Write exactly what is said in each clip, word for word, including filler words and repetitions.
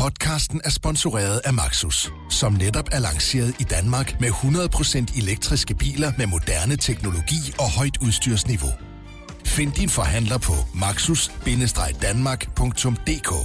Podcasten er sponsoreret af Maxus, som netop er lanceret i Danmark med hundrede procent elektriske biler med moderne teknologi og højt udstyrsniveau. Find din forhandler på maxus bindestreg danmark punktum d k.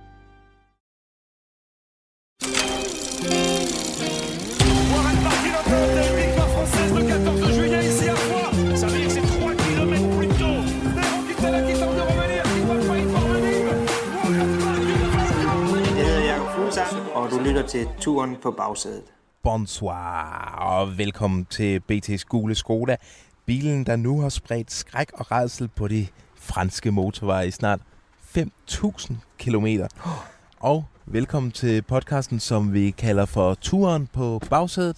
Og du lytter til Turen på bagsædet. Bonsoir, og velkommen til B T's Gule Skoda. Bilen, der nu har spredt skræk og rædsel på de franske motorveje i snart fem tusind kilometer. Og velkommen til podcasten, som vi kalder for Turen på bagsædet.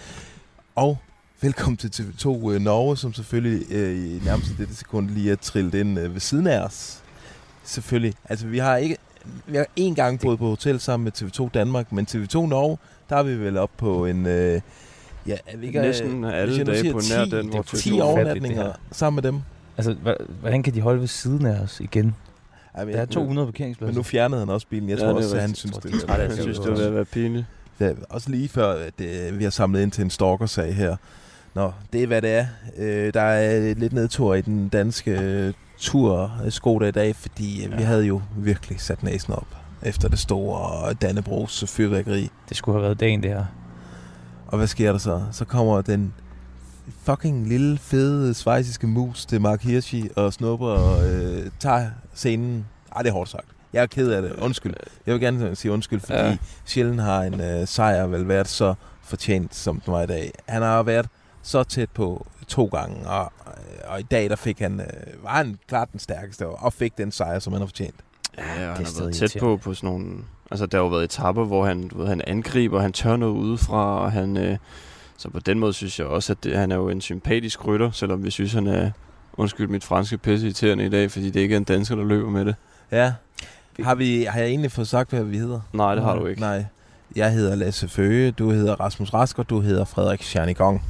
Og velkommen til T V to uh, Norge, som selvfølgelig uh, i nærmest dette sekund lige er trillet ind uh, ved siden af os. Selvfølgelig. Altså, vi har ikke... Vi har en gang boet på hotel sammen med T V to Danmark, men T V to Norge, der er vi vel op på en... Øh, ja, vi ikke, næsten alle dage på nær den, hvor ti overnatninger sammen med dem. Altså, hvordan kan de holde ved siden af os igen? Ja, men, der er to hundrede parkeringspladser. Men nu fjernede han også bilen. Jeg ja, tror også, at han synes, det er træt. Jeg synes, det vil være pinligt. Ja, også lige før, at øh, vi har samlet ind til en stalker-sag her. Nå, det er, hvad det er. Øh, der er lidt nedtur i den danske... Øh, tur Skoda i dag, fordi ja. vi havde jo virkelig sat næsen op efter det store Dannebrogs fyrværkeri. Det skulle have været dagen, det her. Og hvad sker der så? Så kommer den fucking lille, fede, schweiziske mus til Mark Hirschi og snupper og øh, tager scenen. Ej, det er hårdt sagt. Jeg er ked af det. Undskyld. Jeg vil gerne sige undskyld, fordi ja. sjældent har en øh, sejr vel været så fortjent, som den var i dag. Han har været så tæt på to gange, og, og i dag der fik han, øh, var han klart den stærkeste, og fik den sejr, som han har fortjent. Ja, og han har været tæt på på sådan nogle... Altså, der har jo været etaper, hvor han, ved, han angriber, han tør noget udefra, og han... Øh, så på den måde synes jeg også, at det, han er jo en sympatisk rytter, selvom vi synes, han er... Undskyld mit franske pisse irriterende i dag, fordi det ikke er en dansker, der løber med det. Ja. Har, vi, har jeg egentlig fået sagt, hvad vi hedder? Nej, det har du ikke. Nej. Jeg hedder Lasse Føge, du hedder Rasmus Rask, og du hedder Frederik Tjernigong.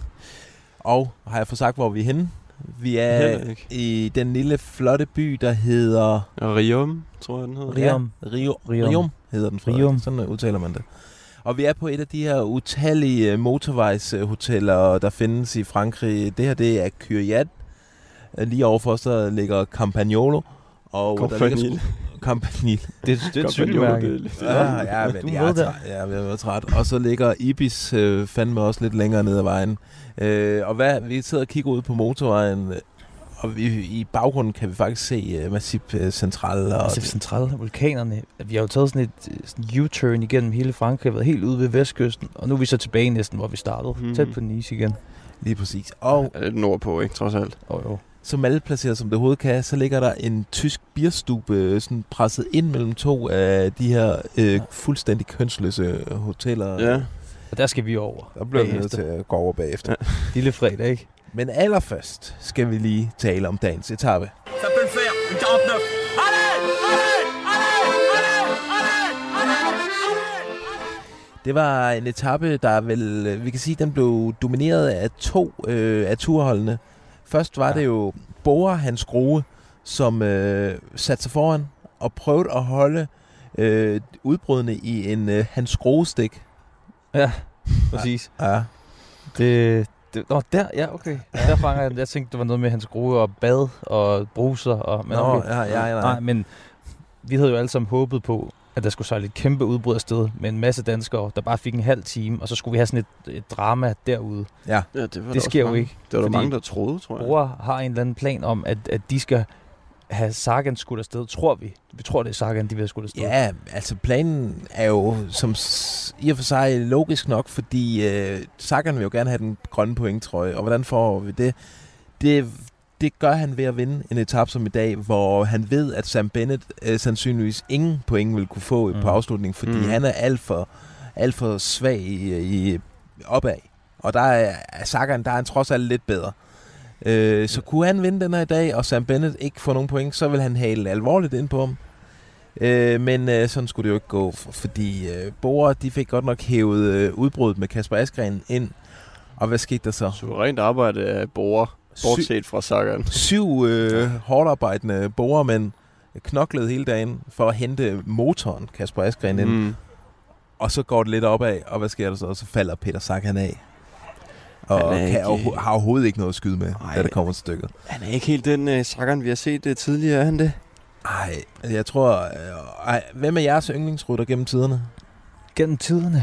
Og har jeg fået sagt, hvor vi er henne? Vi er i den lille, flotte by, der hedder... Riom, tror jeg, den hedder. Riom. Ja, Rio, Riom. Riom hedder den, Frederik. Riom. Sådan udtaler man det. Og vi er på et af de her utallige motorvejshoteller, der findes i Frankrig. Det her, det er Kyriat. Lige overfor så ligger Campagnolo. Og Campanile. Campanile. Det, det er et cykelmærke. Ja, ja, men jeg er træt. Ja, jeg er træt. Og så ligger Ibis øh, fandme også lidt længere ned ad vejen. Øh, og hvad, vi sidder og kigger ud på motorvejen, og vi, i baggrunden kan vi faktisk se uh, Massif uh, Central. Og Massif Central, vulkanerne. Vi har jo taget sådan et sådan U-turn igennem hele Frankrig, været helt ude ved vestkysten, og nu er vi så tilbage næsten, hvor vi startede. Mm. Tæt på Nice igen. Lige præcis. Og ja, lidt nordpå, ikke? Trods alt. Oh, jo. Som alle placerer som det overhovedet kan, så ligger der en tysk bierstube sådan presset ind mellem to af de her øh, fuldstændig kønsløse hoteller. Ja. Og der skal vi over. Der bliver vi nødt til at gå over bagefter. Ja. Lille fredag, ikke? Men allerførst skal vi lige tale om dagens etape. Ça peut le faire, quarante-neuf. Allez, allez, allez, allez, allez. Det var en etape, der vel, vi kan sige, den blev domineret af to øh, af turholdene. Først var ja. det jo Bora Hans Grohe, som øh, satte sig foran og prøvede at holde øh, udbrudene i en øh, Hans Grohe-stik. Ja, præcis. Ja. ja. Det, det, nå, der, ja, okay. Der fanger jeg, jeg tænkte, det var noget med Hans Grohe og bad og bruser. Og, men nå, okay. ja, ja, ja. Nej, men vi havde jo alle sammen håbet på, at der skulle sejle et kæmpe udbrud afsted med en masse danskere, der bare fik en halv time, og så skulle vi have sådan et, et drama derude. Ja, ja det, var det sker jo ikke. Det var der mange, der troede, tror jeg. Bora har en eller anden plan om, at, at de skal have Sagan skudt afsted, tror vi. Vi tror, det er Sagan, de vil have skudt afsted. Ja, altså planen er jo som i og for sig logisk nok, fordi øh, Sagan vil jo gerne have den grønne pointtrøje, og hvordan får vi det? Det Det gør han ved at vinde en etape som i dag, hvor han ved, at Sam Bennett øh, sandsynligvis ingen point vil kunne få mm. på afslutningen, fordi mm. han er alt for, alt for svag i, i opad. Og der er Sagan, der er han trods alt lidt bedre. Øh, så kunne han vinde den her i dag, og Sam Bennett ikke få nogen point, så vil han hale alvorligt ind på ham. Øh, men øh, sådan skulle det jo ikke gå, fordi øh, Bora, de fik godt nok hævet øh, udbruddet med Kasper Asgreen ind. Og hvad skete der så? Suverænt arbejde af Bora, bortset fra Sagan. Syv øh, hårdt arbejdende borermænd knoklet hele dagen for at hente motoren, Kasper Asgreen ind. Mm. Og så går det lidt opad, og hvad sker der så? Og så falder Peter Sagan af. Og Han er kan ikke- overho- har overhovedet ikke noget at skyde med, Ej. da det kommer til stykket. Han er ikke helt den uh, Sagan, vi har set det tidligere, er han det? Ej, jeg tror... Øh, ej, hvem er jeres yndlingsrytter gennem tiderne? Gennem tiderne.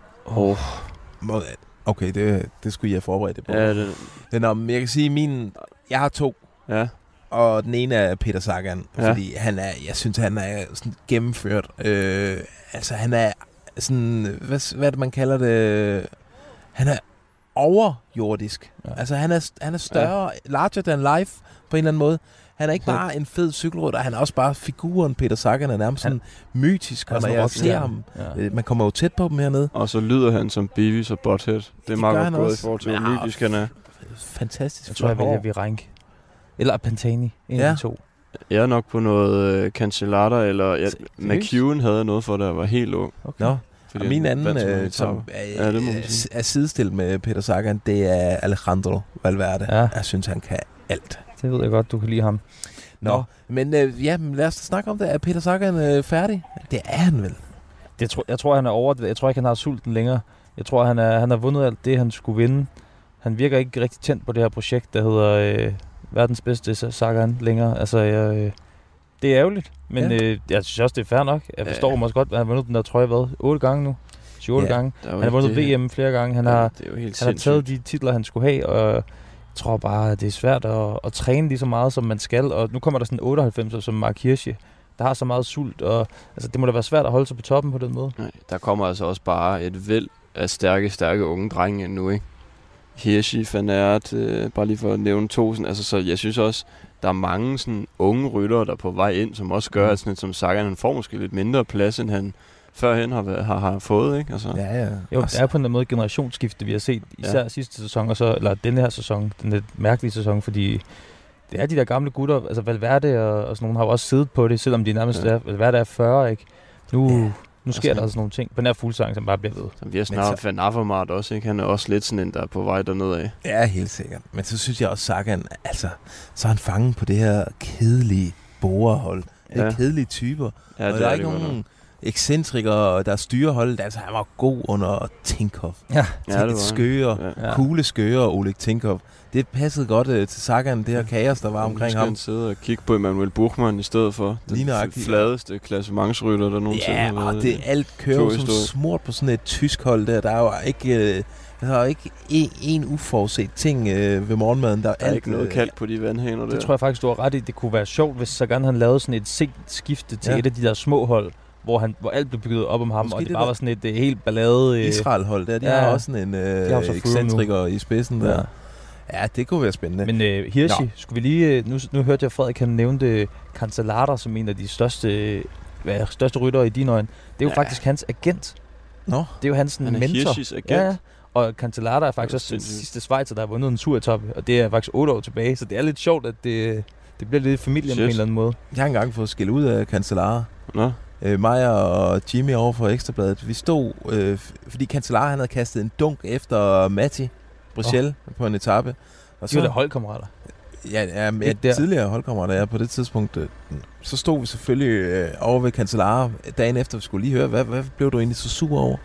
Oh. Må- Okay, det, det skulle I have forberedt det på. Ja, det, Nå, men jeg kan sige, min... Jeg har to. ja. Og den ene er Peter Sagan, Ja. fordi han er, jeg synes, han er sådan gennemført. Øh, altså, han er sådan, hvad, hvad er det, man kalder det? Han er overjordisk. Ja. Altså, han er, han er større, ja. larger than life, på en eller anden måde. Han er ikke bare en fed cykelrytter, han er også bare figuren. Peter Sagan er nærmest sådan mytisk, og når jeg ser ham, Ja. øh, man kommer jo tæt på dem hernede. Og så lyder han som Beavis og Butthead. Det er Det meget gør godt han gået i også. forhold til, Men, hvor ah, mytisk han er. Fantastisk. Jeg tror, jeg flot vælger hår. Virenk. Eller Pantani. En Ja. af de to. Jeg er nok på noget uh, Cancellara, eller ja, Seriøst? McEwen havde jeg noget for, da jeg var helt ung. Okay. Nå, Fordi og min han anden, vandt så mange øh, som etaper. er, Ja, det må man er, sige. er sidestillet med Peter Sagan, det er Alejandro Valverde. Ja. Jeg synes, han kan alt. Det ved jeg godt, du kan lide ham. Nå, Nå. men øh, ja, men lad os snakke om det. Er Peter Sagan øh, færdig? Det er han vel. Det tror, jeg tror, han er over. Jeg tror ikke, han har sulten længere. Jeg tror, han, er, han har vundet alt det, han skulle vinde. Han virker ikke rigtig tændt på det her projekt, der hedder øh, verdens bedste Sagan længere. Altså, jeg, øh, det er ærgerligt. Men Ja. øh, jeg synes også, det er fair nok. Jeg forstår Ja. måske godt, at han har vundet den der trøje, hvad? otte gange nu? syv otte Ja. gange. Der er jo Han har ikke vundet det- V M flere gange. Han Ja, har, det er jo helt han har sindssygt. taget de titler, han skulle have, og jeg tror bare, at det er svært at, at træne lige så meget, som man skal. Og nu kommer der sådan en otteoghalvfemser som Mark Hirschi, der har så meget sult, og altså, det må da være svært at holde sig på toppen på den måde. Nej, der kommer altså også bare et væld af stærke, stærke unge drenge nu, ikke? Hirschi, Van Aert, øh, bare lige for at nævne to. Sådan, altså, så jeg synes også, der er mange sådan, unge ryttere, der er på vej ind, som også gør, at sådan, et som Sagan, han får måske lidt mindre plads, end han førhen har, været, har, har fået, ikke? Altså, Ja, ja. Jo, Også- det er på en eller anden måde et generationsskifte, vi har set, især Ja. ja. sidste sæson, og så, eller denne her sæson, den lidt mærkelige sæson, fordi det er de der gamle gutter, altså Valverde og, og sådan nogle har jo også siddet på det, selvom de nærmest Ja. er, Valverde er fyrre, ikke? Nu, Ja. ja. nu sker Altså, der altså nogle ting på den her fuldsang, som bare bliver ved. Så vi har Men snart så- Van Avermaet også, ikke? Han er også lidt sådan en, der er på vej dernede af. Ja, helt sikkert. Men så synes jeg også, Sagan, altså, så er han fanget på det her kedelige borerhold. Det er Ja. kedelige typer. Ja, og det der er er ikke det godt nogen ekscentrikere, der styrer holdet. Altså, han var god under Tinkoff. Ja, Ja, det var han. skøre, Ja. Ja. coole skøre, Oleg Tinkoff. Det passede godt uh, til Sagan, det her kaos, der var Nu omkring skal ham. han sidde og kigge på Emmanuel Buchmann i stedet for Lige den nøjagtigt. fladeste klassementsrytter, der nogensinde Ja, har været. og det alt kører jo som Tourhistorie. smurt på sådan et tysk hold der. Der er jo ikke, øh, der er jo ikke en, en uforudset ting øh, ved morgenmaden. Der er, Der er alt, ikke noget øh, kaldt på de vandhaner der. det tror jeg faktisk, du har ret i. Det kunne være sjovt, hvis Sagan han lavede sådan et sigt skifte til Ja. ja. et af de der små hold, hvor, han, hvor alt blev bygget op om ham, Måske og det, det bare der- var sådan et uh, helt ballade. Uh, Israel-hold der, de Ja, har ja. også sådan en har jo så øh, Froome ekscentriker i spidsen der. Ja. Ja, det kunne være spændende. Men uh, Hirschi, Nå. skulle vi lige... Uh, nu, nu hørte jeg Frederik, han nævnte Cancellara som en af de største, uh, største ryttere i dine øjne. Det er jo Ja. faktisk hans agent. Nå, Det er jo hans Han er mentor. Hirschis agent. Ja, ja. Og Cancellara er faktisk Det er også den sindssygt. sidste Schweizer, der har vundet en turetappe, og det er faktisk otte år tilbage, så det er lidt sjovt, at det, det bliver lidt familien Shit. på en eller anden måde. jeg har engang fået skæld ud af Cancellara. Nå, Øh, mig og Jimmy over for Ekstrabladet, vi stod, øh, f- fordi Cancellara han havde kastet en dunk efter Matti Brichel oh. på en etape. Og De var da holdkammerater. Ja, ja med Ikke der. tidligere holdkammerater, ja, på det tidspunkt. Øh, så stod vi selvfølgelig øh, over ved Cancellara dagen efter, vi skulle lige høre, hvad, hvad blev du egentlig så sur over?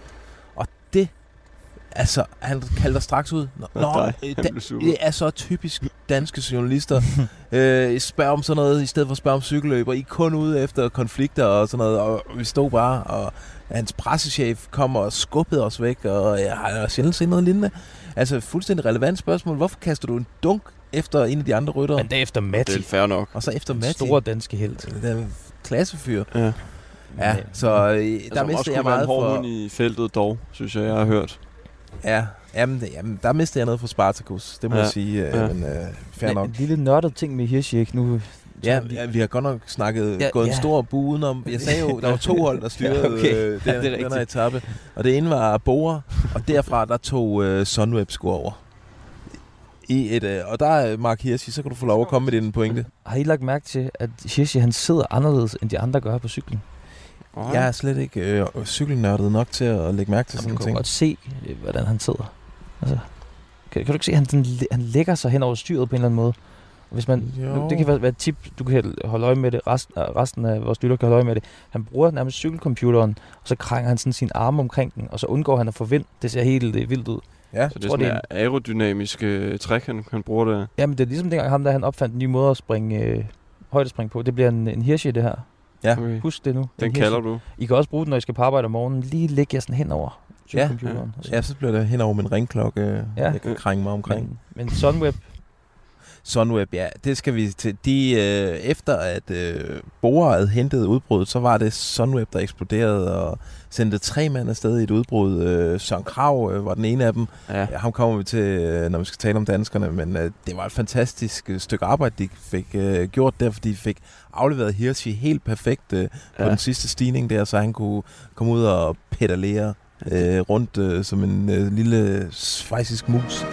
Og det, altså, han kaldte os straks ud. Nå, Nå, nå dig. øh, Han da, blev sur. det er så typisk danske journalister. øh, spørg om sådan noget, i stedet for at spørge om cykelløb, og I er kun ude efter konflikter og sådan noget, og vi stod bare, og hans pressechef kom og skubbede os væk, og jeg har sjældent set noget lignende. Altså, fuldstændig relevant spørgsmål. Hvorfor kaster du en dunk efter en af de andre ryttere? Men derefter det Matti, er fair nok. Og så efter den Matti. store danske helt. Det er en klassefyr. Ja. Ja, Men, så øh, der Altså, mistede også jeg kunne være meget en hård for... hund i feltet dog, synes jeg, jeg har hørt. Ja, jamen, det- jamen, der mistede jeg noget for Spartacus. Det må Ja, jeg sige. Øh, ja. Men øh, fair Men nok. en lille nørdet ting med Hirschi, ikke? Nu, Ja, ja, vi har godt nok snakket, Ja, ja, gået ja. en stor bue udenom. Jeg sagde jo, der var to hold, der styrede Ja, okay. øh, Ja, den, det er den her rigtigt. etape. Og det ene var Bora, og derfra der tog øh, Sunweb sgu over. I et, øh, og der er Mark Hirschi, så kan du få lov at komme med din pointe. har I lagt mærke til, at Hirschi han sidder anderledes, end de andre gør på cyklen? Oh, Jeg er slet ikke øh, cykelnørdet nok til at lægge mærke til Jamen, sådan du en kan ting. godt se, øh, hvordan han sidder. Altså, kan, kan du ikke se, at han, sådan, han lægger sig hen over styret på en eller anden måde? Hvis man, nu, det kan være, være et tip, du kan holde øje med det, resten, resten af vores lytter kan holde øje med det. Han bruger nærmest cykelcomputeren, og så krænger han sådan sin arme omkring den, og så undgår han at få vind. Det ser helt det, vildt ud. Ja, så det er sådan en aerodynamisk øh, træk, han, han bruger det. Jamen det er ligesom dengang ham, der han opfandt en ny måde at springe, øh, højdespring på. Det bliver en, en Hirschi, det her. Ja. Okay. Husk det nu. Den kalder du. I kan også bruge den, når I skal på arbejde om morgenen. Lige lægge jer sådan henover cykelcomputeren. Ja, ja. ja, så bliver det henover med en ringklokke, ja. Jeg kan krænge mig omkring. Men, men Sunweb... Sunweb, ja, det skal vi til. De, øh, efter at øh, Bora havde hentet udbruddet, så var det Sunweb, der eksploderede og sendte tre mand afsted i et udbrud. Øh, Søren Krag øh, var den ene af dem. Ja. Ham kommer vi til, øh, når vi skal tale om danskerne, men øh, det var et fantastisk øh, stykke arbejde, de fik øh, gjort der, fordi de fik afleveret Hirschi helt perfekt øh, på ja. den sidste stigning der, så han kunne komme ud og pedalere øh, rundt øh, som en øh, lille schweizisk mus.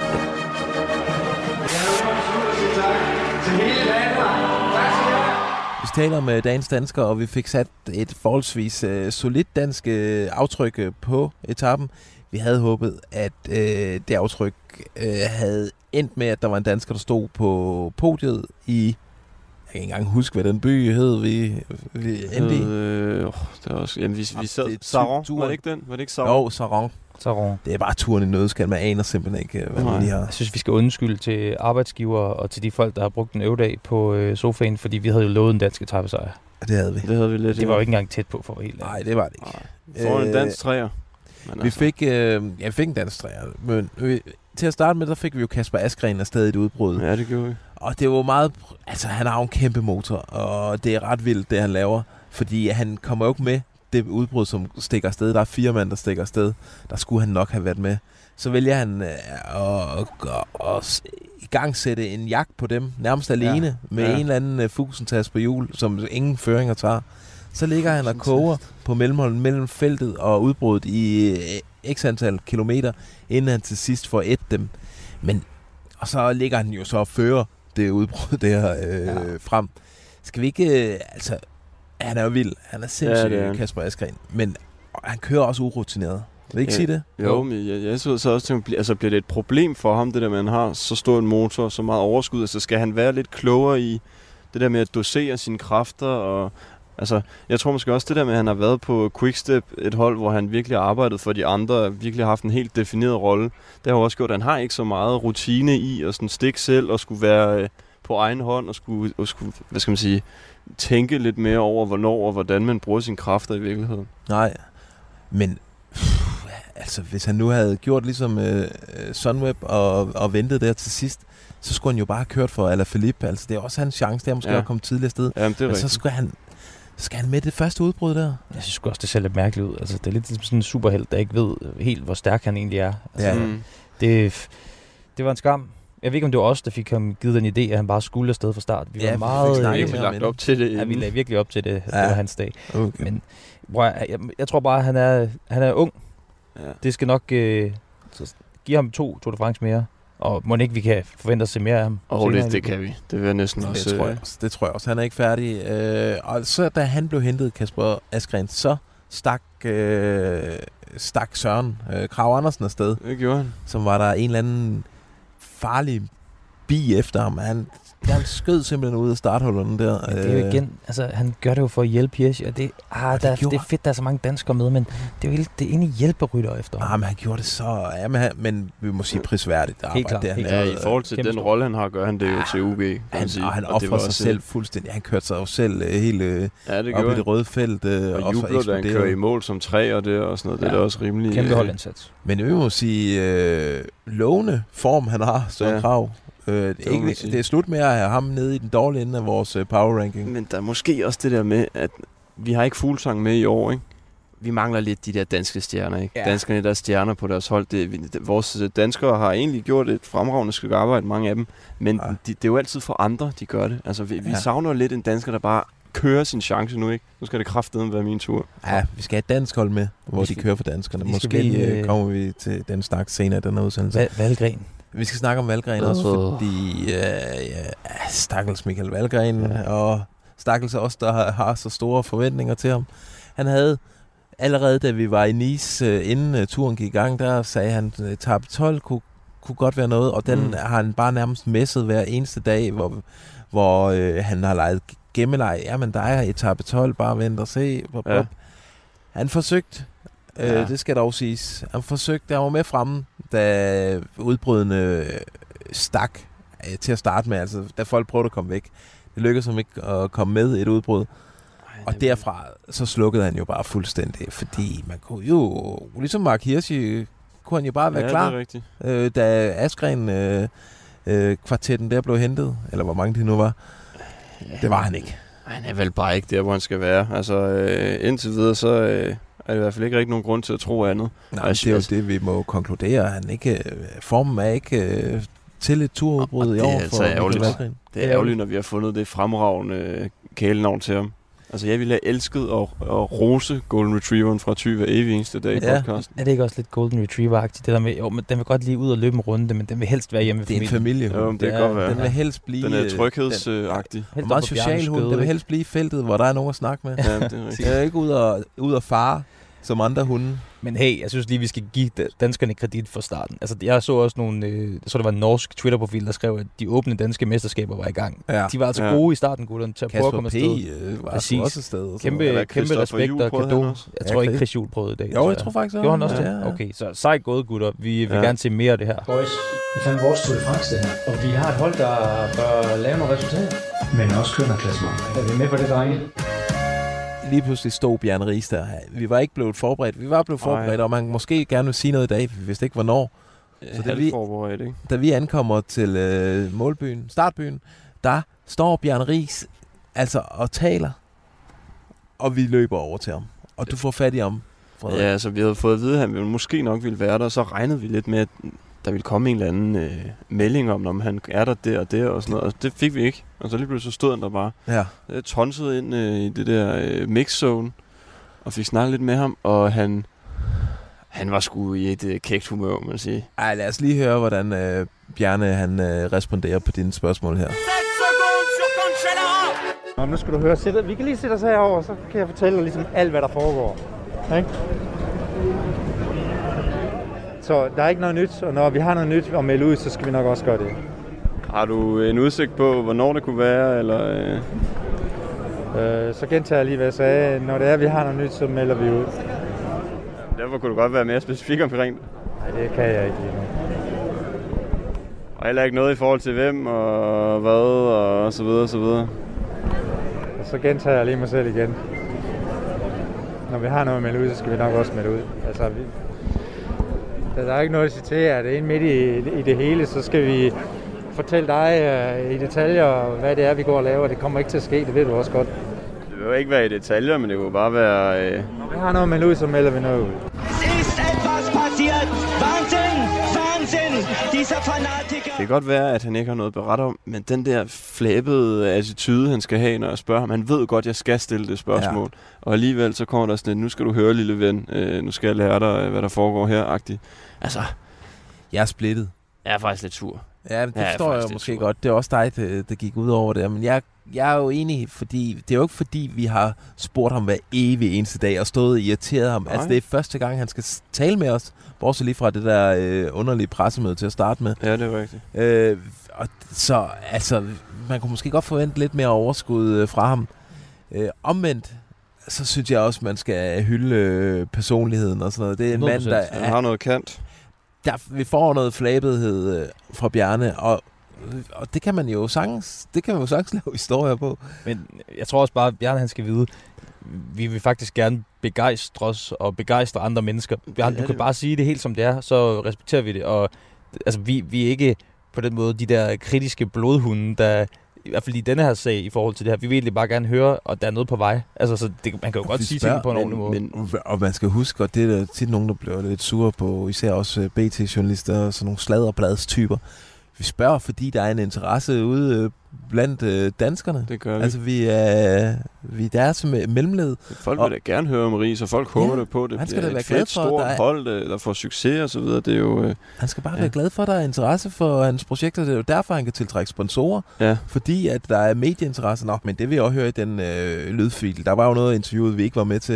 Vi taler om dagens danskere, og vi fik sat et forholdsvis uh, solidt dansk uh, aftryk uh, på etappen. Vi havde håbet, at uh, det aftryk uh, havde endt med, at der var en dansker, der stod på podiet i... Jeg kan ikke engang huske, hvad den by hed, vi, vi endte i. Øh, det var også... Jamen, vi, vi sad... Saron, var det ikke den? Var det ikke Saron? Jo, Saron. Saron. Det er bare turen i nødskal. Man aner simpelthen ikke, hvad man lige har. Jeg synes, vi skal undskylde til arbejdsgiver og til de folk, der har brugt en øvedag på øh, sofaen, fordi vi havde jo lovet en dansk etapesejr. Det havde vi. Det havde vi lidt. Det var jo ikke engang tæt på for helt. Nej, det var det ikke. Vi får øh, en dansk træer. Vi altså. fik, øh, ja, vi fik en dansk træer, men øh, til at starte med, der fik vi jo Kasper Asgreen afsted i et udbrud. Ja, det gjorde vi. Og det var meget... Altså, han har jo en kæmpe motor, og det er ret vildt, det han laver. Fordi han kommer jo ikke med det udbrud, som stikker afsted. Der er fire mand, der stikker afsted. Der skulle han nok have været med. Så vælger han øh, at, at, at i gang sætte en jagt på dem, nærmest alene, ja. med ja. en eller anden uh, fusentas på hjul, som ingen føringer tager. Så ligger han og koger på mellemholden mellem feltet og udbruddet i uh, x antal kilometer, inden han til sidst får et dem. Men, og så ligger han jo så og fører det udbrud der øh, ja. frem. Skal vi ikke... Øh, altså, han er jo vild. Han er sindssygt, ja, Kasper Asgreen. Men han kører også urutineret. Vil du ikke ja, sige det? Jo, jo. men jeg, jeg så, så også tænkt, altså bliver det et problem for ham, det der med, at han har så stor en motor, så meget overskud. Altså skal han være lidt klogere i det der med at dosere sine kræfter, og altså, jeg tror måske også det der med, at han har været på Quickstep, et hold, hvor han virkelig har arbejdet for de andre, virkelig har haft en helt defineret rolle. Det har også gjort, at han har ikke så meget rutine i at sådan stikke selv og skulle være øh, på egen hånd og skulle, og skulle, hvad skal man sige, tænke lidt mere over, hvornår og hvordan man bruger sine kræfter i virkeligheden. Nej, men pff, altså, hvis han nu havde gjort ligesom øh, Sunweb og, og ventet der til sidst, så skulle han jo bare have kørt for Alaphilippe. Altså, det er også hans chance, der måske ja. at komme tidligere sted. Jamen, det er men så skulle han, skal han med det første udbrud der? Jeg synes også, det ser lidt mærkeligt ud. Altså, det er lidt som sådan en superhelt, der ikke ved helt, hvor stærk han egentlig er. Altså, ja. mm. det, det var en skam. Jeg ved ikke, om det var os, der fik ham givet en idé, at han bare skulle afsted fra start. Vi ja, var meget... Vi fik lagt op til det. Ja, vi lagde virkelig op til det. Ja. Det var hans dag. Okay. Men bror, jeg, jeg, jeg tror bare, at han er, han er ung. Ja. Det skal nok øh, give ham to Tour de France mere. Og må ikke, vi kan forvente at se mere af ham. Åh, oh, det, det kan vi. Det vil jeg næsten også. Det tror jeg også. Det tror jeg også. Han er ikke færdig. Øh, og så da han blev hentet, Kasper Asgreen, så stak, øh, stak Søren øh, Krag Andersen afsted. Det gjorde han. Som var der en eller anden farlig bi efter ham. Han, han skød simpelthen ud af starthullerne der. Ja, det er jo igen, altså han gør det jo for at hjælpe Hirschi, og det, ah, det, der, det er fedt, der er så mange danskere med, men det er jo det er egentlig hjælperytter efter ham. Ah, men han gjorde det så, ja, men, men vi må sige prisværdigt arbejde. Helt klart, der. Helt ja, i forhold til den rolle, han har, gør han det jo til U G. Han, og han offrer sig selv fuldstændig. Han kørte sig jo selv uh, helt uh, ja, det op i det røde felt. Uh, og jubler, da han kører i mål som tre og det og sådan noget. Ja. Det er da også rimelig... Kæmpe holdindsats. Men vi må sige, uh, lovende form han har, Søren ja. Krag. Øh, det, er ikke, det er slut med at have ham nede i den dårlige ende af vores uh, power ranking. Men der er måske også det der med, at vi har ikke Fuglsang med i år, ikke? Vi mangler lidt de der danske stjerner, ikke? Ja. Danskerne, der er stjerner på deres hold. Det, det, vores danskere har egentlig gjort et fremragende stykke arbejde, mange af dem. Men ja. de, det er jo altid for andre, de gør det. Altså, vi, ja. vi savner lidt en dansker, der bare kører sin chance nu, ikke? Nu skal det kraftedeme være min tur. Ja, vi skal have et dansk hold med, hvor de kører for danskerne. Måske vi, kommer vi til den snak senere i den her udsendelse. Val- Valgren. Vi skal snakke om Valgren også, fordi øh, ja, stakkels Michael Valgren, ja. og stakkels også, der har, har så store forventninger til ham. Han havde allerede, da vi var i Nice, øh, inden uh, turen gik i gang, der sagde han, at etape tolv kunne kunne godt være noget, og den mm. har han bare nærmest messet hver eneste dag, hvor, hvor øh, han har leget gemmeleg. Jamen, der er etape tolv, bare vent og se. Bop, bop. Ja. Han forsøgte, øh, ja. det skal dog siges, han forsøgte, han var med fremme, da udbrydende stak øh, til at starte med, altså da folk prøvede at komme væk. Det lykkedes ham ikke at komme med et udbrud. Og derfra, så slukkede han jo bare fuldstændig, fordi man kunne jo, ligesom Mark Hirschi, kunne han jo bare være ja, klar, det er rigtigt. Øh, da Askren øh, øh, kvartetten der blev hentet, eller hvor mange de nu var. Ja, det var han ikke. Han er vel bare ikke der, hvor han skal være. Altså, øh, indtil videre, så øh, er det i hvert fald ikke rigtig nogen grund til at tro andet. Nej, det er jo det, vi må konkludere. Han ikke, formen er ikke øh, til et turudbrud i år altså for ærgerligt. Det er ærgerligt, når vi har fundet det fremragende kælenavn til ham. Altså, jeg ville have elsket at, at rose Golden Retrieveren fra Thy hver evig eneste dag i ja. podcasten. Er det ikke også lidt Golden Retriever-agtigt? Det der med, jo, men den vil godt lige ud og løbe en runde, men den vil helst være hjemme med familien. Det er en familie. Jo, det kan godt være. Den vil helst blive... Den er tryghedsagtig. Den er meget social hund. Den vil helst blive i feltet, hvor der er nogen at snakke med. Ja, det er rigtigt. Den er ikke ud og, ud og fare som andre hunde. Men hey, jeg synes lige, vi skal give danskerne kredit for starten. Altså, jeg så også nogle, øh, så det var en norsk Twitter-profil, der skrev, at de åbne danske mesterskaber var i gang. Ja. De var altså ja. gode i starten, gutterne, til at prøve at komme afsted. Kasper P. var altså også afsted. Kæmpe, ja, kæmpe respekt og kado. Jeg tror ja, ikke, Chris Juhl prøvede i dag. Jo, jeg tror faktisk også. Gjorde han også ja, det? Okay, så sejt gået, gutter. Vi vil ja. gerne se mere af det her. Boys, vi fandt vores Tour de France det her. Og vi har et hold, der bør lave nogle resultater. Men også kønnerklassement. Er vi med på det, drenge? Lige pludselig stod Bjarne Riis der. Vi var ikke blevet forberedt. Vi var blevet forberedt, Ej. og man måske gerne vil sige noget i dag, vi vidste ikke hvornår. Så da vi, ikke? da vi ankommer til øh, målbyen, startbyen, der står Bjarne Riis altså og taler, og vi løber over til ham. Og du får fat i ham, Frederik. Ja, altså vi havde fået at vide, at han måske nok ville være der, og så regnede vi lidt med, at der ville komme en eller anden øh, melding om, om han er der der og der og sådan noget. Og det fik vi ikke. Og så lige pludselig så stod han der bare. Ja. Jeg tonsede ind øh, i det der øh, mix-zone, og fik snakket lidt med ham, og han, han var sgu i et øh, kægt humør, man sige. Ej, lad os lige høre, hvordan øh, Bjarne han øh, responderer på dine spørgsmål her. Nå, nu skal du høre. Sæt, vi kan lige sætte os herover, så kan jeg fortælle dig ligesom alt, hvad der foregår. Okay? Så der er ikke noget nyt, og når vi har noget nyt at melde ud, så skal vi nok også gøre det. Har du en udsigt på, hvornår det kunne være, eller... Øh... Øh, så gentager jeg lige, hvad jeg sagde. Når det er, vi har noget nyt, så melder vi ud. Derfor kunne du godt være mere specifik omkring det. Nej, det kan jeg ikke lige nu. Og heller ikke noget i forhold til hvem, og hvad, og så videre, og så videre. Og så gentager jeg lige mig selv igen. Når vi har noget at melde ud, så skal vi nok også melde ud. Altså, vi... Der er ikke noget at sige til, at det er midt i, i det hele, så skal vi fortælle dig uh, i detaljer, hvad det er, vi går og laver. Det kommer ikke til at ske, det ved du også godt. Det vil jo ikke være i detaljer, men det vil bare være... Øh... Når vi har noget at melde ud, så melder vi noget ud. Det kan godt være, at han ikke har noget at berette om, men den der flabede attitude, han skal have, når jeg spørger ham, han ved godt, at jeg skal stille det spørgsmål. Ja. Og alligevel så kommer der sådan et, nu skal du høre, lille ven, øh, nu skal jeg lære dig, hvad der foregår her-agtigt. Altså, jeg er splittet. Jeg er faktisk lidt sur. Ja, det forstår jeg, jeg måske sur. godt. Det er også dig, der, der gik ud over det. Men jeg, jeg er jo enig, fordi det er jo ikke fordi, vi har spurgt ham hver evig eneste dag og stået og irriteret ham. Nej. Altså, det er første gang, han skal tale med os. Bortset lige fra det der øh, underlige pressemøde til at starte med. Ja, det er rigtigt. Øh, og så, altså, man kunne måske godt forvente lidt mere overskud øh, fra ham. Øh, omvendt, så synes jeg også, man skal hylde øh, personligheden og sådan noget. Det er en mand, der han har noget kant. Der, vi får noget flabethed øh, fra Bjarne, og, og det kan man jo sagtens, det kan man jo sagtens lave historier på. Men jeg tror også bare, at Bjarne han skal vide, vi vil faktisk gerne begejstre os og begejstre andre mennesker. Bjarne, du kan bare sige det helt som det er, så respekterer vi det. Og altså, vi, vi er ikke på den måde de der kritiske blodhunde, der i hvert fald i denne her sag i forhold til det her. Vi vil egentlig bare gerne høre, og der er noget på vej. Altså, så det, man kan jo godt sige ting på en ordentlig måde. Men, og man skal huske, og det er der tit nogen, der bliver lidt sure på, især også B T-journalister og sådan nogle sladderbladstyper. Vi spørger, fordi der er en interesse ude blandt øh, danskerne. Det gør vi. Altså, vi er, vi er deres mellemled. Folk vil og, da gerne høre om Ries, og folk håber ja, det på. Det han skal bliver da være et fedt, for, stort der er, hold, der, der får succes og så videre. Det er jo, øh, han skal bare ja. være glad for, at der er interesse for hans projekter. Det er jo derfor, han kan tiltrække sponsorer. Ja. Fordi at der er medieinteresse. Nå, men det vil jeg også høre i den øh, lydfil. Der var jo noget interviewet, vi ikke var med til.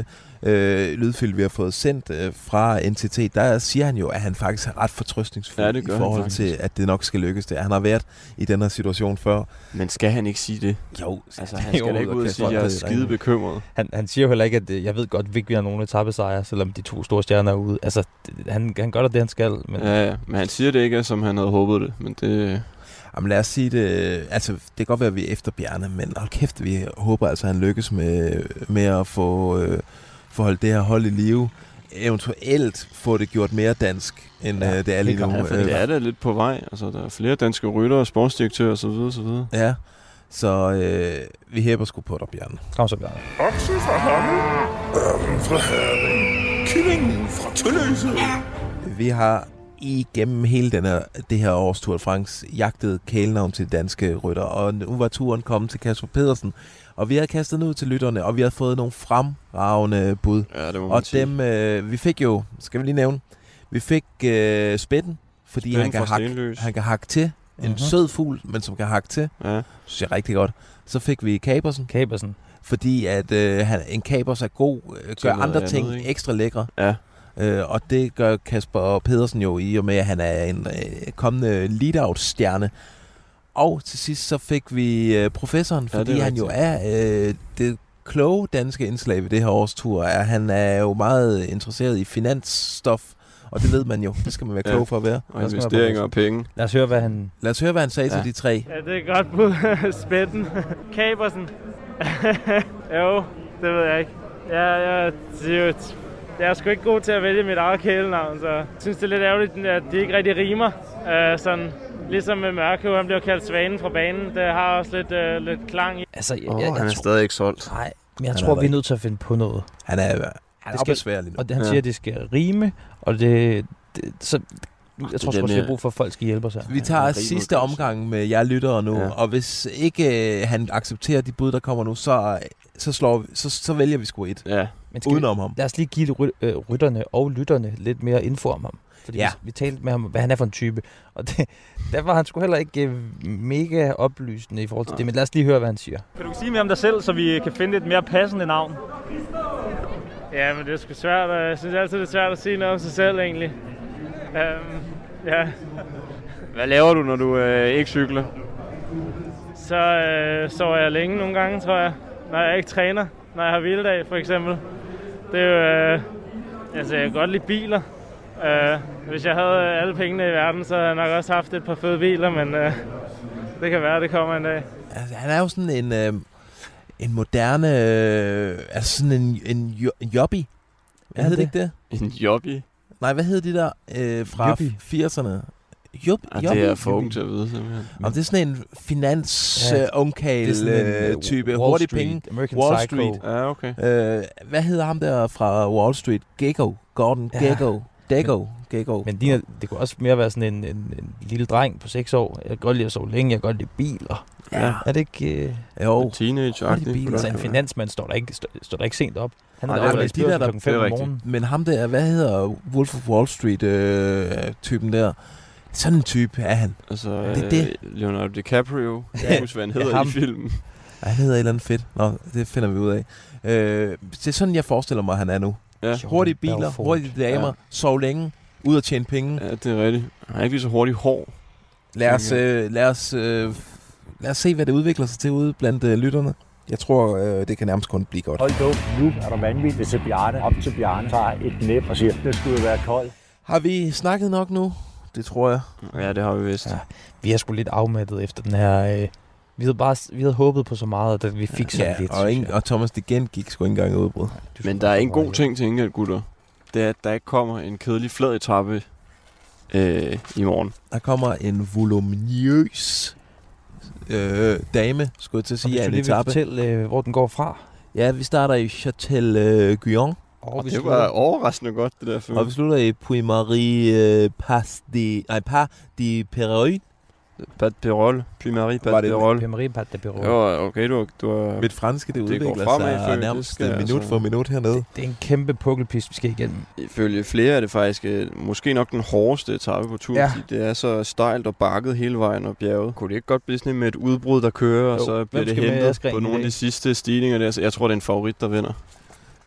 øh, lydfil, vi har fået sendt øh, fra N T T, der siger han jo, at han faktisk er ret fortrøstningsfuld ja, i forhold til, at det nok skal lykkes det. Han har været i den her situation før. Men skal han ikke sige det? Jo, altså, han skal da ikke ud og sige, at jeg er skide bekymret. Han, han siger jo heller ikke, at jeg ved godt, at vi ikke har nogen etappesejre, selvom de to store stjerner er ude. Altså, det, han, han gør da det, han skal. Men... Ja, ja, men han siger det ikke, som han havde håbet det. Men det... Jamen lad os sige det, altså det kan godt være, at vi er efter Bjarne, men hold kæft, vi håber altså, at han lykkes med, med at få, øh, få holdt det her hold i live. Eventuelt få det gjort mere dansk, end ja, øh, det er lige nu. Ja, det er da lidt på vej. Altså, der er flere danske ryttere, sportsdirektører osv. osv. Ja, så øh, vi hæber sgu på dig, Bjarne. Kom så, Bjarne. Okse fra Hammel, ørnen fra Herning, kyllingen fra Tølløse. Vi har igennem hele denne, det her års Tour de France jagtet kælenavn til danske rytter, og nu var turen kommet til Kasper Pedersen, og vi har kastet den ud til lytterne, og vi har fået nogle fremragende bud. Ja, det må og dem, øh, vi fik jo, skal vi lige nævne, vi fik øh, Spætten, fordi han kan, hakke, han kan hakke til. En mm-hmm. sød fugl, men som kan hakke til. Ja. Synes jeg rigtig godt. Så fik vi Capersen. Capersen. Fordi at øh, han, en Capers er god, øh, gør andre andet, ting ikke? Ekstra lækre. Ja. Øh, og det gør Kasper Pedersen jo i og med, at han er en øh, kommende lead-out-stjerne. Og til sidst så fik vi øh, professoren, fordi ja, han rigtigt. jo er øh, det kloge danske indslag ved det her års tur. Er, han er jo meget interesseret i finansstof, og det ved man jo. Det skal man være klog ja. for at være. Og investeringer og penge. Lad os høre, hvad han, Lad os høre, hvad han sagde ja. til de tre. Ja, det er godt bud. Spætten. Capersen. Jo, det ved jeg ikke. Ja, jeg, jeg, jeg er sgu ikke god til at vælge mit eget kælenavn, så jeg synes, det er lidt ærgerligt, at de ikke rigtig rimer. Uh, sådan, ligesom med Mørke, han bliver kaldt Svanen fra banen. Det har også lidt, uh, lidt klang i. Altså, jeg, oh, jeg, han jeg er tror, stadig ikke solgt. Nej, men jeg han tror, vi er nødt til at finde på noget. Han er, han er besværlig nu. Og det, han ja. siger, at det skal rime, og det... det så, jeg tror også, at vi har brug for, at folk skal hjælpe os her. Vi tager ja, sidste omgang med jer lyttere nu, ja. og hvis ikke uh, han accepterer de bud, der kommer nu, så, så, slår vi, så, så vælger vi sgu et. Ja. Men udenom vi, ham. Lad os lige give ry- øh, rytterne og lytterne lidt mere info om ham. Fordi ja. vi, vi talte med ham, hvad han er for en type. Og det, der var han sgu heller ikke mega oplysende i forhold til ja. det. Men lad os lige høre, hvad han siger. Kan du sige mere om dig selv, så vi kan finde et mere passende navn? Ja, men det er sgu svært. Jeg synes altid, det er svært at sige noget om sig selv, egentlig. Um, ja. Hvad laver du, når du øh, ikke cykler? Så øh, sover jeg længe nogle gange, tror jeg. Når jeg ikke træner. Når jeg har hviledag, for eksempel. Det er jo... Øh, altså, jeg kan godt lide biler. Uh, hvis jeg havde alle pengene i verden, så havde jeg nok også haft et par fede biler, men uh, det kan være, det kommer en dag. Altså, han er jo sådan en, øh, en moderne, øh, altså sådan en, en, jo, en jobbie. Hvad hedder det ikke det? En jobbie? Nej, hvad hedder de der øh, fra firserne? Jup, ah, det er for ung til at vide, simpelthen. Og det er sådan en finans-ungkale-type. Ja, hurtig penge. American Wall Psycho. Street. Ja, okay. Øh, hvad hedder ham der fra Wall Street? Gekko. Gordon ja. Gekko. Dago. Gekko. Men de, det kunne også mere være sådan en, en, en lille dreng på seks år. Jeg kan godt lide at sove længe. Jeg kan godt lide biler. Ja. Er det ikke... Uh... Jo. Teenage-agtigt. Altså en finansmand står der ikke, står, står der ikke sent op. Han er Ej, der allerede de der, klokken fem om morgenen. Men ham der, hvad hedder Wolf of Wall Street-typen øh, der? Sådan en type er han. Altså, det er det. Leonardo DiCaprio. Jeg kan huske, hvad han hedder i filmen. Ja, han hedder et eller andet fedt. Nå, det finder vi ud af. Øh, det er sådan, jeg forestiller mig, han er nu. Ja. Hurtige biler, hurtige damer, ja. Sov længe, ud og tjene penge. Ja, det er rigtigt. Han er ikke lige så hurtigt hår. Lad os, øh, lad, os, øh, lad os se, hvad det udvikler sig til ude blandt øh, lytterne. Jeg tror, øh, det kan nærmest kun blive godt. Hold da, nu er der vanvittigt til Bjarne. Op til Bjarne tager et næb og siger, det skulle være koldt. Har vi snakket nok nu? Det tror jeg. Ja, det har vi vist. Ja. Vi er sgu lidt afmattet efter den her... Øh, vi havde bare vi havde håbet på så meget, at vi fik sådan ja, lidt. Og, ingen, og Thomas igen gik sgu ikke engang i udbrud. Men der er en god ting til enkelt, gutter. Det er, at der ikke kommer en kedelig flad etape øh, i morgen. Der kommer en voluminøs øh, dame, skulle jeg til at sige, af en etape. Og hvis du lige vil fortælle, øh, hvor den går fra. Ja, vi starter i Châtel-Guyon. Og det slutter, var overraskende godt, det der film. Og vi slutter i Puy-Marie øh, Pas de... Nej, Pas de Perreuil. Pas de Perreuil. Puy-Marie Pas de Perreuil. Puy-Marie Pas de Perreuil. Jo, okay, du, du er... Mit franske, det, det udvikler fremad, sig nærmest minut altså, for minut hernede. Det, det er en kæmpe pukkelpist, vi skal igennem. Ifølge flere er det faktisk øh, måske nok den hårdeste etape på turen, ja. Fordi det er så stejlt og bakket hele vejen op bjerget. Kunne det ikke godt blive sådan med et udbrud, der kører, jo, og så bliver det hentet på nogle af de sidste stigninger der? Jeg tror, det er en favorit, der vinder.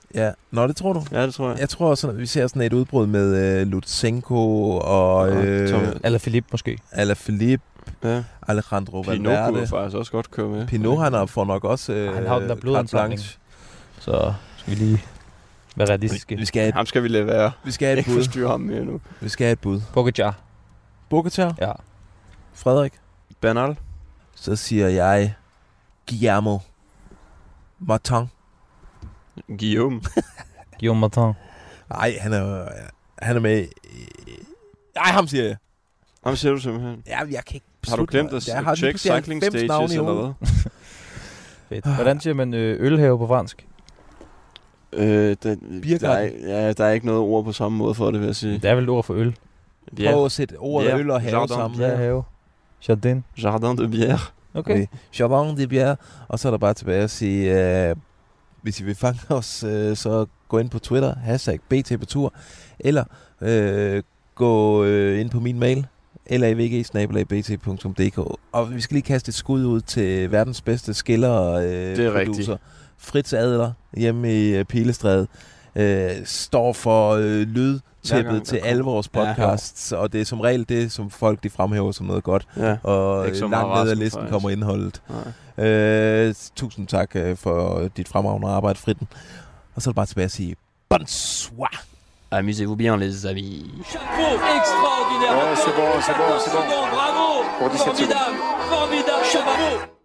Ja, nå, det tror du? Ja, det tror jeg. Jeg tror også, at vi ser sådan et udbrud med øh, Lutsenko og... Øh, Alaphilippe måske. Alaphilippe. Ja. Alejandro Pinot Valverde. kunne faktisk også godt køre med. Pinot, han har får nok også... Øh, han har den der blodansamling. Så skal vi lige være realistiske. Vi skal have et, ham skal vi lade være. Vi skal have et ikke bud. forstyrre ham mere nu. Vi skal have et bud. Pogacar. Pogacar? Ja. Frederik? Bernal? Så siger jeg Guillermo Martin. Guillaume. Guillaume Martin. Nej, han er, han er med... Nej, ham siger jeg. Ham siger du simpelthen? Ja, jeg kan ikke Har du glemt at tjekke cycling stages eller hvad? Fedt. Hvordan siger man øh, ølhave på fransk? Øh, der, der, er, ja, der er ikke noget ord på samme måde for det, vil jeg sige. Der er vel et ord for øl. Ja. Prøv at sætte ordet ja. øl og have Jardin. sammen. Ja, have. Jardin. Jardin de bière. Okay. okay. Jardin de bière. Og så er der bare tilbage at sige, øh, hvis I vil fange os, øh, så gå ind på Twitter, hashtag B T på tur, eller øh, gå øh, ind på min mail, l a v g snabel-a b t punktum d k. Og vi skal lige kaste et skud ud til verdens bedste skiller øh, det er producer. rigtigt. Fritz Adler hjemme i øh, Pilestræde øh, står for øh, lydtæppet til alle vores podcasts, ja, og det er som regel det, som folk de fremhæver som noget godt. Ja, og langt ned ad listen faktisk. Kommer indholdet. Øh, tusind tak øh, for dit fremragende arbejde, Fritten. Og så er det bare tilbage at sige bonsoir. Amusez-vous bien, les amis. Chapeau extraordinaire. Ouais, c'est bon, c'est bon, c'est bon. Bravo. Pour dix-sept formidable, secondes. formidable, chapeau.